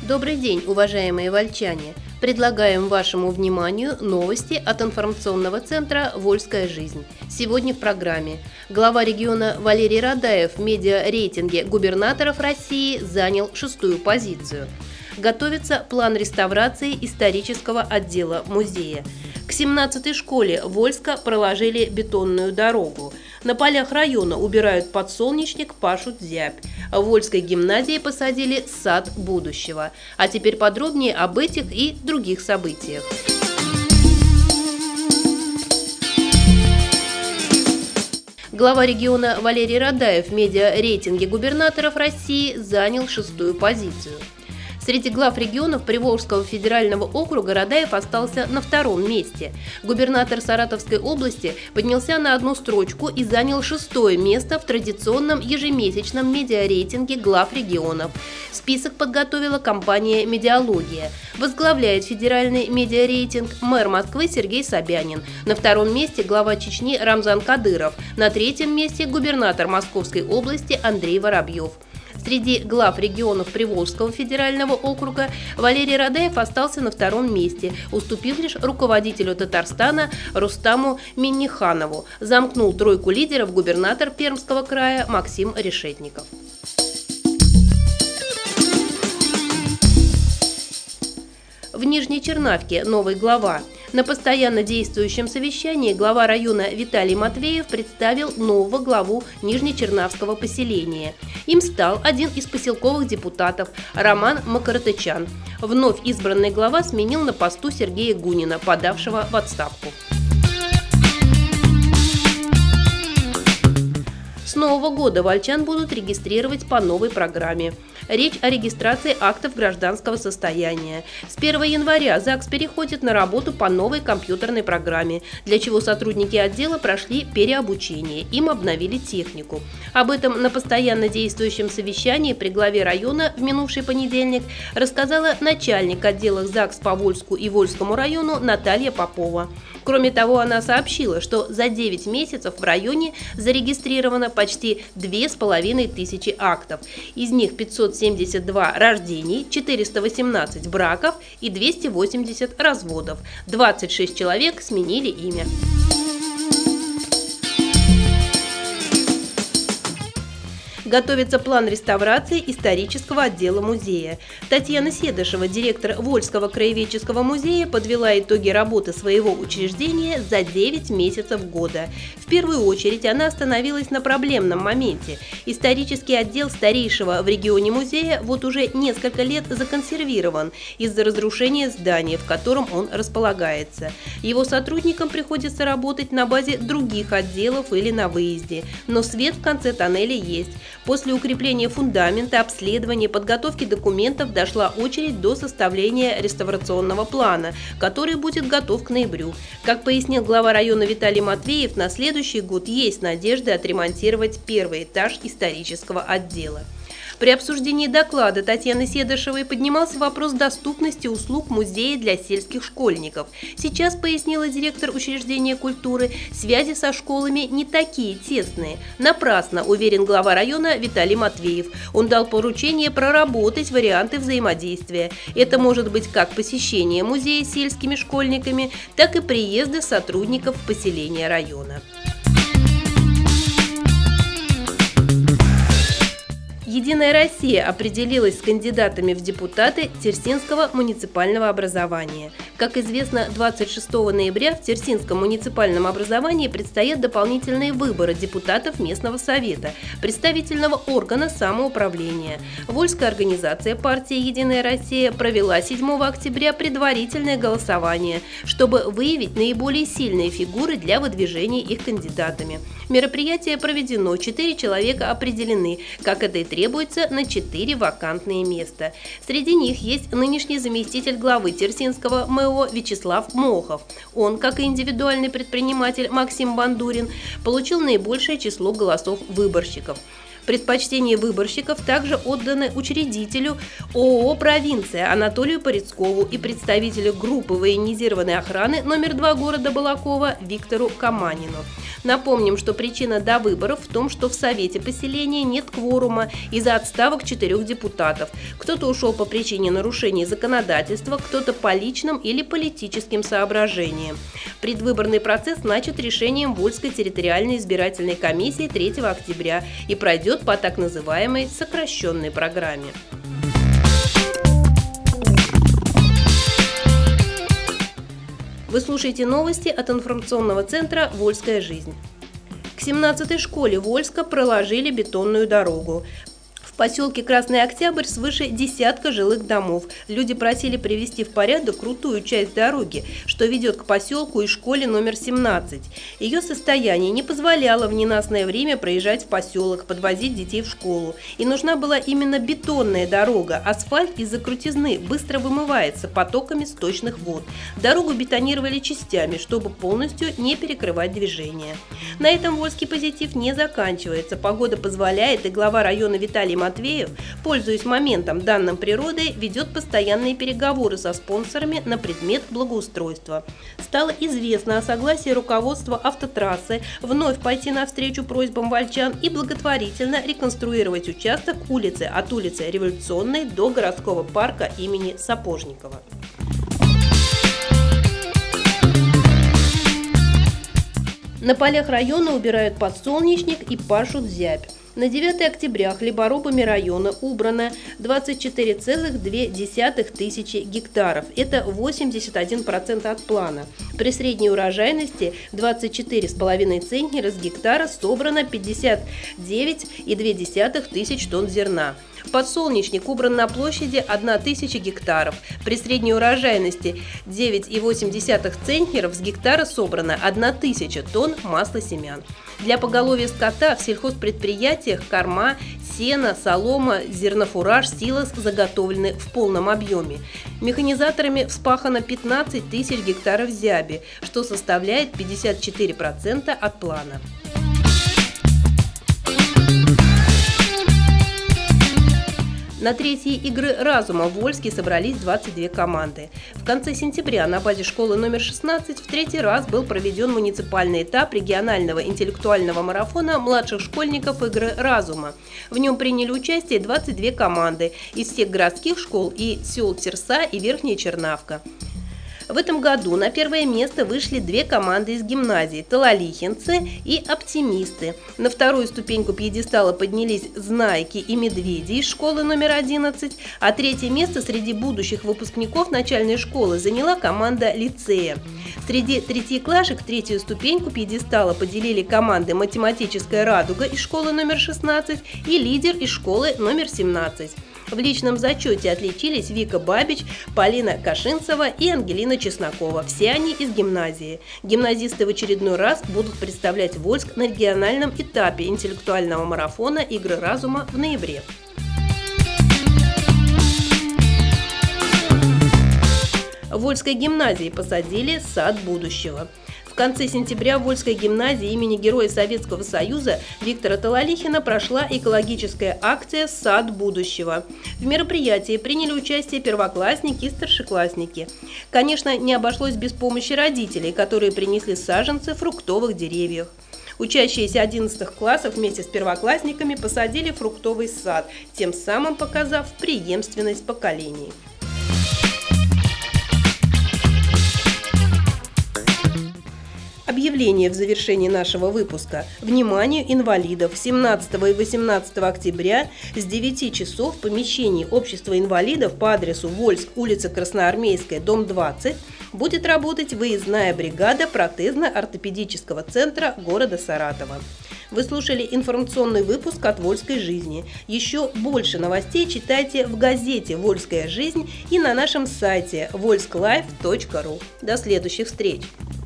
Добрый день, уважаемые вольчане! Предлагаем вашему вниманию новости от информационного центра «Вольская жизнь». Сегодня в программе. Глава региона Валерий Радаев в медиа-рейтинге губернаторов России занял 6-ю позицию. Готовится план реставрации исторического отдела музея. К 17-й школе Вольска проложили бетонную дорогу. На полях района убирают подсолнечник, пашут зябь. В Вольской гимназии посадили сад будущего. А теперь подробнее об этих и других событиях. Глава региона Валерий Радаев в медиа-рейтинге губернаторов России занял 6-ю позицию. Среди глав регионов Приволжского федерального округа Радаев остался на 2-м месте. Губернатор Саратовской области поднялся на 1 строчку и занял 6-е место в традиционном ежемесячном медиарейтинге глав регионов. Список подготовила компания «Медиалогия». Возглавляет федеральный медиарейтинг мэр Москвы Сергей Собянин. На 2-м месте глава Чечни Рамзан Кадыров. На 3-м месте губернатор Московской области Андрей Воробьев. Среди глав регионов Приволжского федерального округа Валерий Радаев остался на 2-м месте, уступив лишь руководителю Татарстана Рустаму Минниханову. Замкнул тройку лидеров губернатор Пермского края Максим Решетников. В Нижней Чернавке новый глава. На постоянно действующем совещании глава района Виталий Матвеев представил нового главу Нижнечернавского поселения. Им стал один из поселковых депутатов Роман Макартычан. Вновь избранный глава сменил на посту Сергея Гунина, подавшего в отставку. С Нового года вольчан будут регистрировать по новой программе. Речь о регистрации актов гражданского состояния. С 1 января ЗАГС переходит на работу по новой компьютерной программе, для чего сотрудники отдела прошли переобучение, им обновили технику. Об этом на постоянно действующем совещании при главе района в минувший понедельник рассказала начальник отдела ЗАГС по Вольску и Вольскому району Наталья Попова. Кроме того, она сообщила, что за 9 месяцев в районе зарегистрировано почти 2500 актов. Из них 572 рождений, 418 браков и 280 разводов. 26 человек сменили имя. Готовится план реставрации исторического отдела музея. Татьяна Седышева, директор Вольского краеведческого музея, подвела итоги работы своего учреждения за 9 месяцев года. В первую очередь она остановилась на проблемном моменте. Исторический отдел старейшего в регионе музея вот уже несколько лет законсервирован из-за разрушения здания, в котором он располагается. Его сотрудникам приходится работать на базе других отделов или на выезде. Но свет в конце тоннеля есть. После укрепления фундамента, обследования, подготовки документов дошла очередь до составления реставрационного плана, который будет готов к ноябрю. Как пояснил глава района Виталий Матвеев, на следующий год есть надежда отремонтировать 1-й этаж исторического отдела. При обсуждении доклада Татьяны Седышевой поднимался вопрос доступности услуг музея для сельских школьников. Сейчас, пояснила директор учреждения культуры, связи со школами не такие тесные. Напрасно, уверен глава района Виталий Матвеев. Он дал поручение проработать варианты взаимодействия. Это может быть как посещение музея сельскими школьниками, так и приезды сотрудников в поселения района. «Единая Россия» определилась с кандидатами в депутаты Терсинского муниципального образования. Как известно, 26 ноября в Терсинском муниципальном образовании предстоят дополнительные выборы депутатов местного совета, представительного органа самоуправления. Вольская организация партии «Единая Россия» провела 7 октября предварительное голосование, чтобы выявить наиболее сильные фигуры для выдвижения их кандидатами. Мероприятие проведено, 4 человека определены, как это и требуется, на 4 вакантные места. Среди них есть нынешний заместитель главы Терсинского МО Вячеслав Мохов. Он, как и индивидуальный предприниматель Максим Бандурин, получил наибольшее число голосов выборщиков. Предпочтение выборщиков также отданы учредителю ООО «Провинция» Анатолию Порецкову и представителю группы военизированной охраны номер 2 города Балакова Виктору Каманину. Напомним, что причина до выборов в том, что в Совете поселения нет кворума из-за отставок 4 депутатов. Кто-то ушел по причине нарушений законодательства, кто-то по личным или политическим соображениям. Предвыборный процесс начат решением Вольской территориальной избирательной комиссии 3 октября и пройдет по так называемой сокращенной программе. Вы слушаете новости от информационного центра «Вольская жизнь». К 17-й школе Вольска проложили бетонную дорогу. В поселке Красный Октябрь свыше десятка жилых домов. Люди просили привести в порядок крутую часть дороги, что ведет к поселку и школе номер 17. Ее состояние не позволяло в ненастное время проезжать в поселок, подвозить детей в школу. И нужна была именно бетонная дорога. Асфальт из-за крутизны быстро вымывается потоками сточных вод. Дорогу бетонировали частями, чтобы полностью не перекрывать движение. На этом вольский позитив не заканчивается. Погода позволяет, и глава района Виталий Матвеев, пользуясь моментом, данным природой, ведет постоянные переговоры со спонсорами на предмет благоустройства. Стало известно о согласии руководства автотрассы вновь пойти навстречу просьбам вольчан и благотворительно реконструировать участок улицы от улицы Революционной до городского парка имени Сапожникова. На полях района убирают подсолнечник и пашут зябь. На 9 октября хлеборобами района убрано 24,2 тысячи гектаров. Это 81% от плана. При средней урожайности 24,5 центнера с гектара собрано 59,2 тысяч тонн зерна. Подсолнечник убран на площади 1000 гектаров. При средней урожайности 9,8 центнеров с гектара собрано 1000 тонн масла семян. Для поголовья скота в сельхозпредприятиях корма, сено, солома, зернофураж, силос заготовлены в полном объеме. Механизаторами вспахано 15 тысяч гектаров зяби, что составляет 54% от плана. На третьи игры разума в Вольске собрались 22 команды. В конце сентября на базе школы номер 16 в третий раз был проведен муниципальный этап регионального интеллектуального марафона младших школьников игры разума. В нем приняли участие 22 команды из всех городских школ и сел Терса и Верхняя Чернавка. В этом году на первое место вышли 2 команды из гимназии – Талалихинцы и Оптимисты. На вторую ступеньку пьедестала поднялись Знайки и Медведи из школы номер 11, а третье место среди будущих выпускников начальной школы заняла команда лицея. Среди третьеклашек третью ступеньку пьедестала поделили команды «Математическая радуга» из школы номер 16 и «Лидер» из школы номер 17. В личном зачете отличились Вика Бабич, Полина Кашинцева и Ангелина Чеснокова. Все они из гимназии. Гимназисты в очередной раз будут представлять Вольск на региональном этапе интеллектуального марафона «Игры разума» в ноябре. В Вольской гимназии посадили сад будущего. В конце сентября в Вольской гимназии имени Героя Советского Союза Виктора Талалихина прошла экологическая акция «Сад будущего». В мероприятии приняли участие первоклассники и старшеклассники. Конечно, не обошлось без помощи родителей, которые принесли саженцы фруктовых деревьев. Учащиеся 11 классов вместе с первоклассниками посадили фруктовый сад, тем самым показав преемственность поколений. Объявление в завершении нашего выпуска. Вниманию инвалидов! 17 и 18 октября с 9 часов в помещении Общества инвалидов по адресу Вольск, улица Красноармейская, дом 20, будет работать выездная бригада протезно-ортопедического центра города Саратова. Вы слушали информационный выпуск от «Вольской жизни». Еще больше новостей читайте в газете «Вольская жизнь» и на нашем сайте volskllife.ru. До следующих встреч!